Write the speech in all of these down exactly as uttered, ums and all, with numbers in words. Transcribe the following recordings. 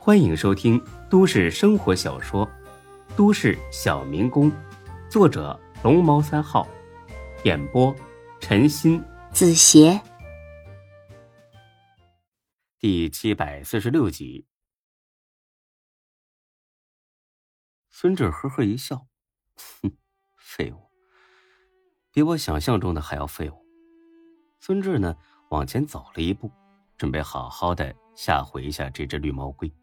欢迎收听都市生活小说《都市小民工》，作者龙猫三号，演播陈鑫、 子邪， 第七百四十六集。孙志呵呵一笑，哼，废物，比我想象中的还要废物。孙志呢，往前走了一步，准备好好的吓唬一下这只绿毛龟。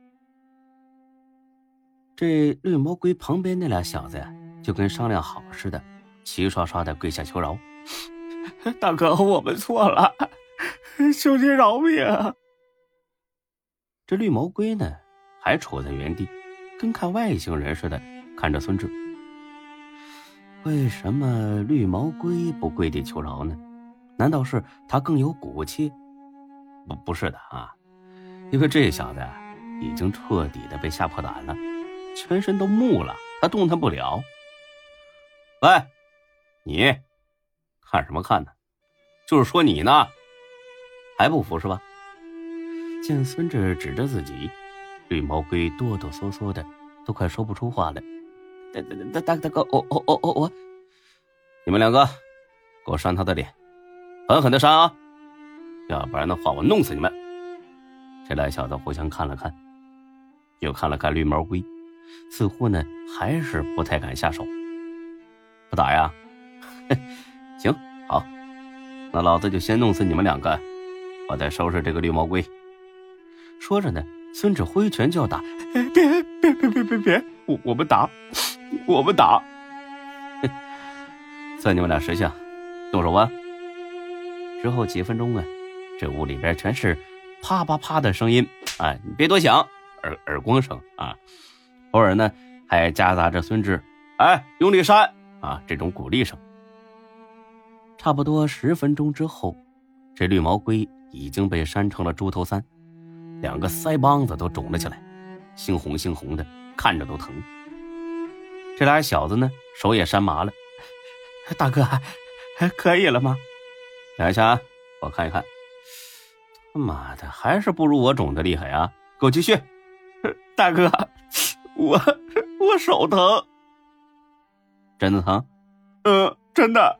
这绿毛龟旁边那俩小子呀，就跟商量好似的，齐刷刷的跪下求饶：“大哥，我们错了，求您饶命啊！”这绿毛龟呢，还杵在原地，跟看外星人似的看着孙志。为什么绿毛龟不跪地求饶呢？难道是他更有骨气？不，不是的啊，因为这小子已经彻底的被吓破胆了，全身都木了，他动弹不了。喂，你看什么看呢？就是说你呢，还不服是吧？见孙志指着自己，绿毛龟哆哆嗦嗦的，都快说不出话来。大大大大哥，我我我我我，你们两个给我扇他的脸，狠狠的扇啊！要不然的话，我弄死你们！这俩小子互相看了看，又看了看绿毛龟，似乎呢还是不太敢下手。不打呀？行，好，那老子就先弄死你们两个，我再收拾这个绿毛龟。说着呢，孙志挥拳就要打。别别别别别别，我我们打，我们打！算你们俩识相，动手吧。之后几分钟啊，这屋里边全是啪啪啪的声音，哎，你别多想，耳耳光声啊，偶尔呢还夹杂着孙志哎用力扇啊这种鼓励声。差不多十分钟之后，这绿毛龟已经被扇成了猪头三，两个腮帮子都肿了起来，猩红猩红的，看着都疼。这俩小子呢，手也扇麻了。大哥，还可以了吗？想一想啊，我看一看。他妈的，还是不如我肿的厉害啊！给我继续。大哥，我我手疼。真的疼？呃，真的。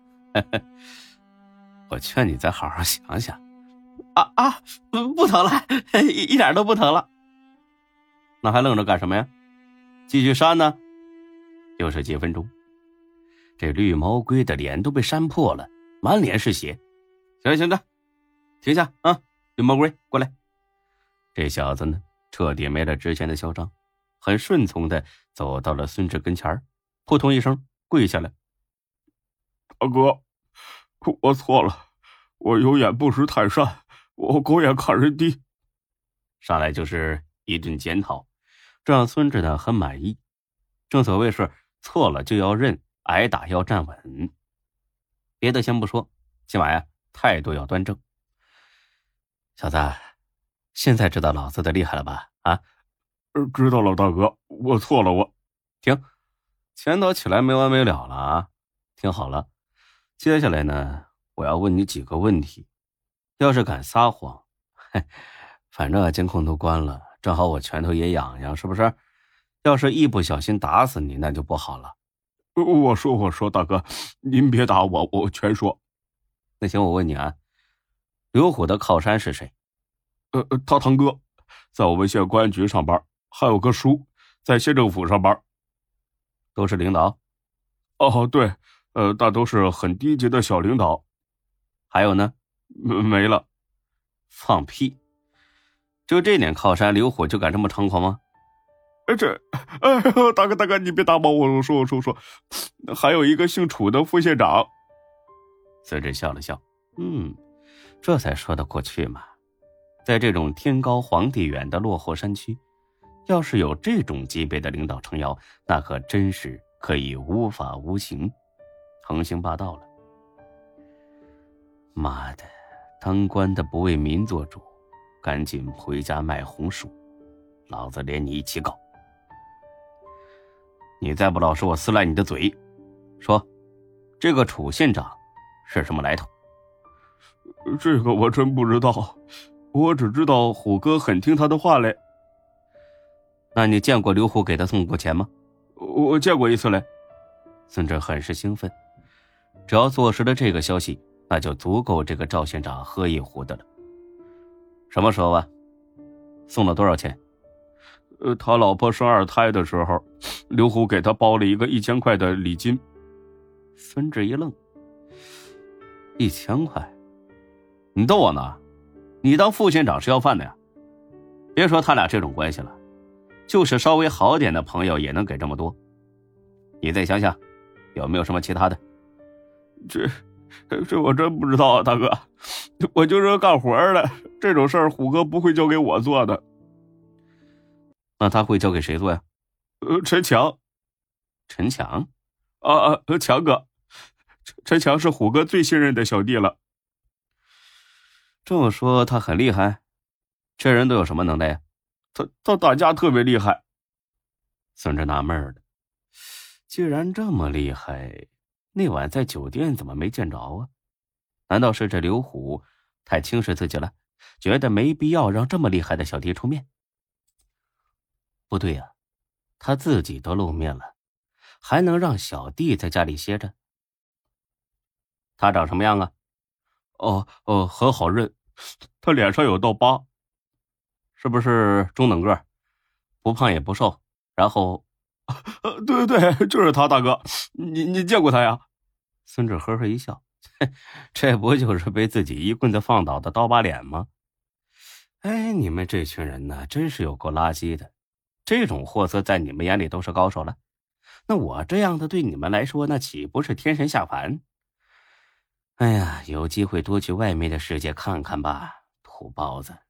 我劝你再好好想想。啊啊，不疼了，一一点都不疼了。那还愣着干什么呀？继续扇呢。又是几分钟，这绿毛龟的脸都被扇破了，满脸是血。行了行了，停下啊！绿毛龟过来。这小子呢，彻底没了之前的嚣张，很顺从的走到了孙志跟前，扑通一声跪下来。 大哥，我错了，我有眼不识泰山，我狗眼看人低。 上来就是一顿检讨，这让孙志呢很满意。正所谓是错了就要认，挨打要站稳。别的先不说，起码呀态度要端正。小子，现在知道老子的厉害了吧？啊， 知道了，大哥，我错了，我。 停，拳头起来没完没了了啊！听好了，接下来呢，我要问你几个问题。要是敢撒谎，嘿，反正监控都关了，正好我拳头也痒痒，是不是？要是一不小心打死你，那就不好了。 我说我说，大哥，您别打我，我全说。 那行，我问你啊，刘虎的靠山是谁？ 呃，他堂哥在我们县公安局上班，还有个叔在县政府上班。 都是领导？ 哦，对，呃，大都是很低级的小领导。 还有呢？ 没了。 放屁！就这点靠山，刘虎就敢这么猖狂吗？ 哎，这，哎，大哥大哥，你别打我，我说我说说，还有一个姓楚的副县长。 孙志笑了笑，嗯，这才说得过去嘛。在这种天高皇帝远的落后山区，要是有这种级别的领导撑腰，那可真是可以无法无情，横行霸道了。妈的，当官的不为民做主，赶紧回家卖红薯，老子连你一起搞。你再不老实，我撕烂你的嘴。说，这个楚县长是什么来头？ 这个我真不知道，我只知道虎哥很听他的话嘞。 那你见过刘虎给他送过钱吗？ 我见过一次嘞。 孙志很是兴奋，只要坐实了这个消息，那就足够这个赵县长喝一壶的了。什么时候啊？送了多少钱？ 呃，他老婆生二胎的时候，刘虎给他包了一个一千块的礼金。 孙志一愣，一千块？你逗我呢？你当副县长是要饭的呀？别说他俩这种关系了，就是稍微好点的朋友也能给这么多。你再想想，有没有什么其他的？ 这这我真不知道啊，大哥，我就是个干活的，这种事儿虎哥不会交给我做的。 那他会交给谁做呀？ 呃，陈强。 陈强？ 啊啊，强哥，陈强是虎哥最信任的小弟了。 这么说他很厉害？这人都有什么能耐呀？ 他他打架特别厉害。 孙志纳闷了，既然这么厉害，那晚在酒店怎么没见着啊？难道是这刘虎太轻视自己了，觉得没必要让这么厉害的小弟出面？不对呀、啊，他自己都露面了，还能让小弟在家里歇着？他长什么样啊？ 哦哦，很好认，他脸上有道疤。 是不是中等个，不胖也不瘦？然后， 呃，对对对，就是他，大哥，你你见过他呀？ 孙志呵呵一笑，这不就是被自己一棍子放倒的刀疤脸吗？哎，你们这群人呢，真是有够垃圾的。这种货色在你们眼里都是高手了，那我这样的对你们来说，那岂不是天神下凡？哎呀，有机会多去外面的世界看看吧，土包子。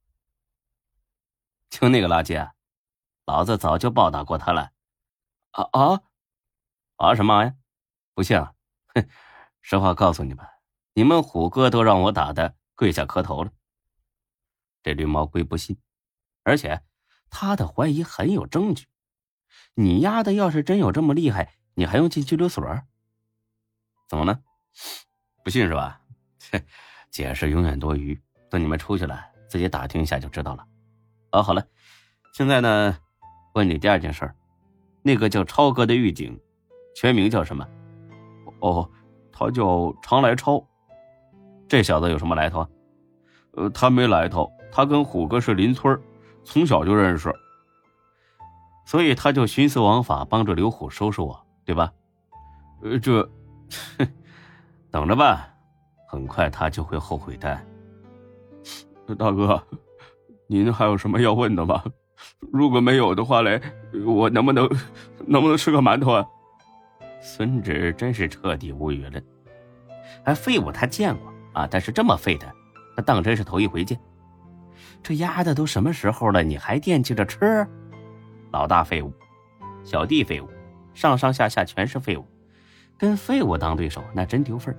就那个垃圾啊，老子早就暴打过他了。 啊啊啊什么呀？不信啊？哼，实话告诉你们，你们虎哥都让我打的跪下磕头了。这绿毛龟不信，而且他的怀疑很有证据。你丫的要是真有这么厉害，你还用进拘留所？怎么呢？不信是吧？解释永远多余，等你们出去了，自己打听一下就知道了。好，好了，现在呢，问你第二件事儿，那个叫超哥的狱警，全名叫什么？ 哦，他叫常来超。 这小子有什么来头啊？ 呃，他没来头，他跟虎哥是邻村，从小就认识， 所以他就徇私枉法，帮着刘虎收拾我，对吧？ 呃，这， 等着吧，很快他就会后悔的。 大哥，您还有什么要问的吗？如果没有的话嘞，我能不能能不能吃个馒头啊？ 孙志真是彻底无语了。还废物他见过啊，但是这么废的，他当真是头一回见。这丫的都什么时候了，你还惦记着吃？老大废物，小弟废物，上上下下全是废物，跟废物当对手那真丢份儿。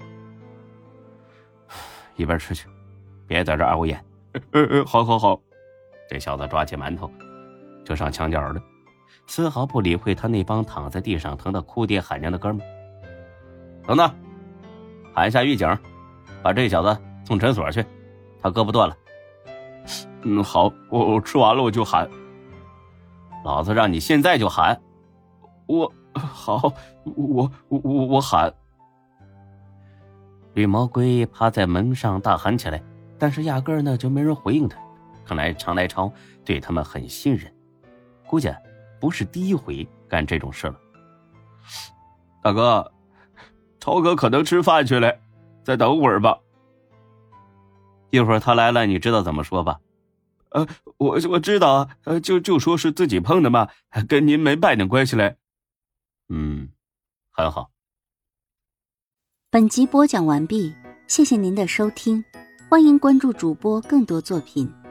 一边吃去，别在这儿碍我眼。 呃呃，好好好。 这小子抓起馒头就上墙角了，丝毫不理会他那帮躺在地上疼得哭爹喊娘的哥们。等等，喊一下狱警，把这小子送诊所去，他胳膊断了。 嗯，好，我我吃完了我就喊。 老子让你现在就喊。 我好，我我我我喊。 绿毛龟趴在门上大喊起来，但是压根儿呢就没人回应他。看来常来超对他们很信任，估计不是第一回干这种事了。 大哥，超哥可能吃饭去了，再等会儿吧。 一会儿他来了，你知道怎么说吧？ 呃，我我知道啊，呃，就就说是自己碰的嘛，跟您没半点关系嘞。 嗯，很好。 本集播讲完毕，谢谢您的收听，欢迎关注主播更多作品。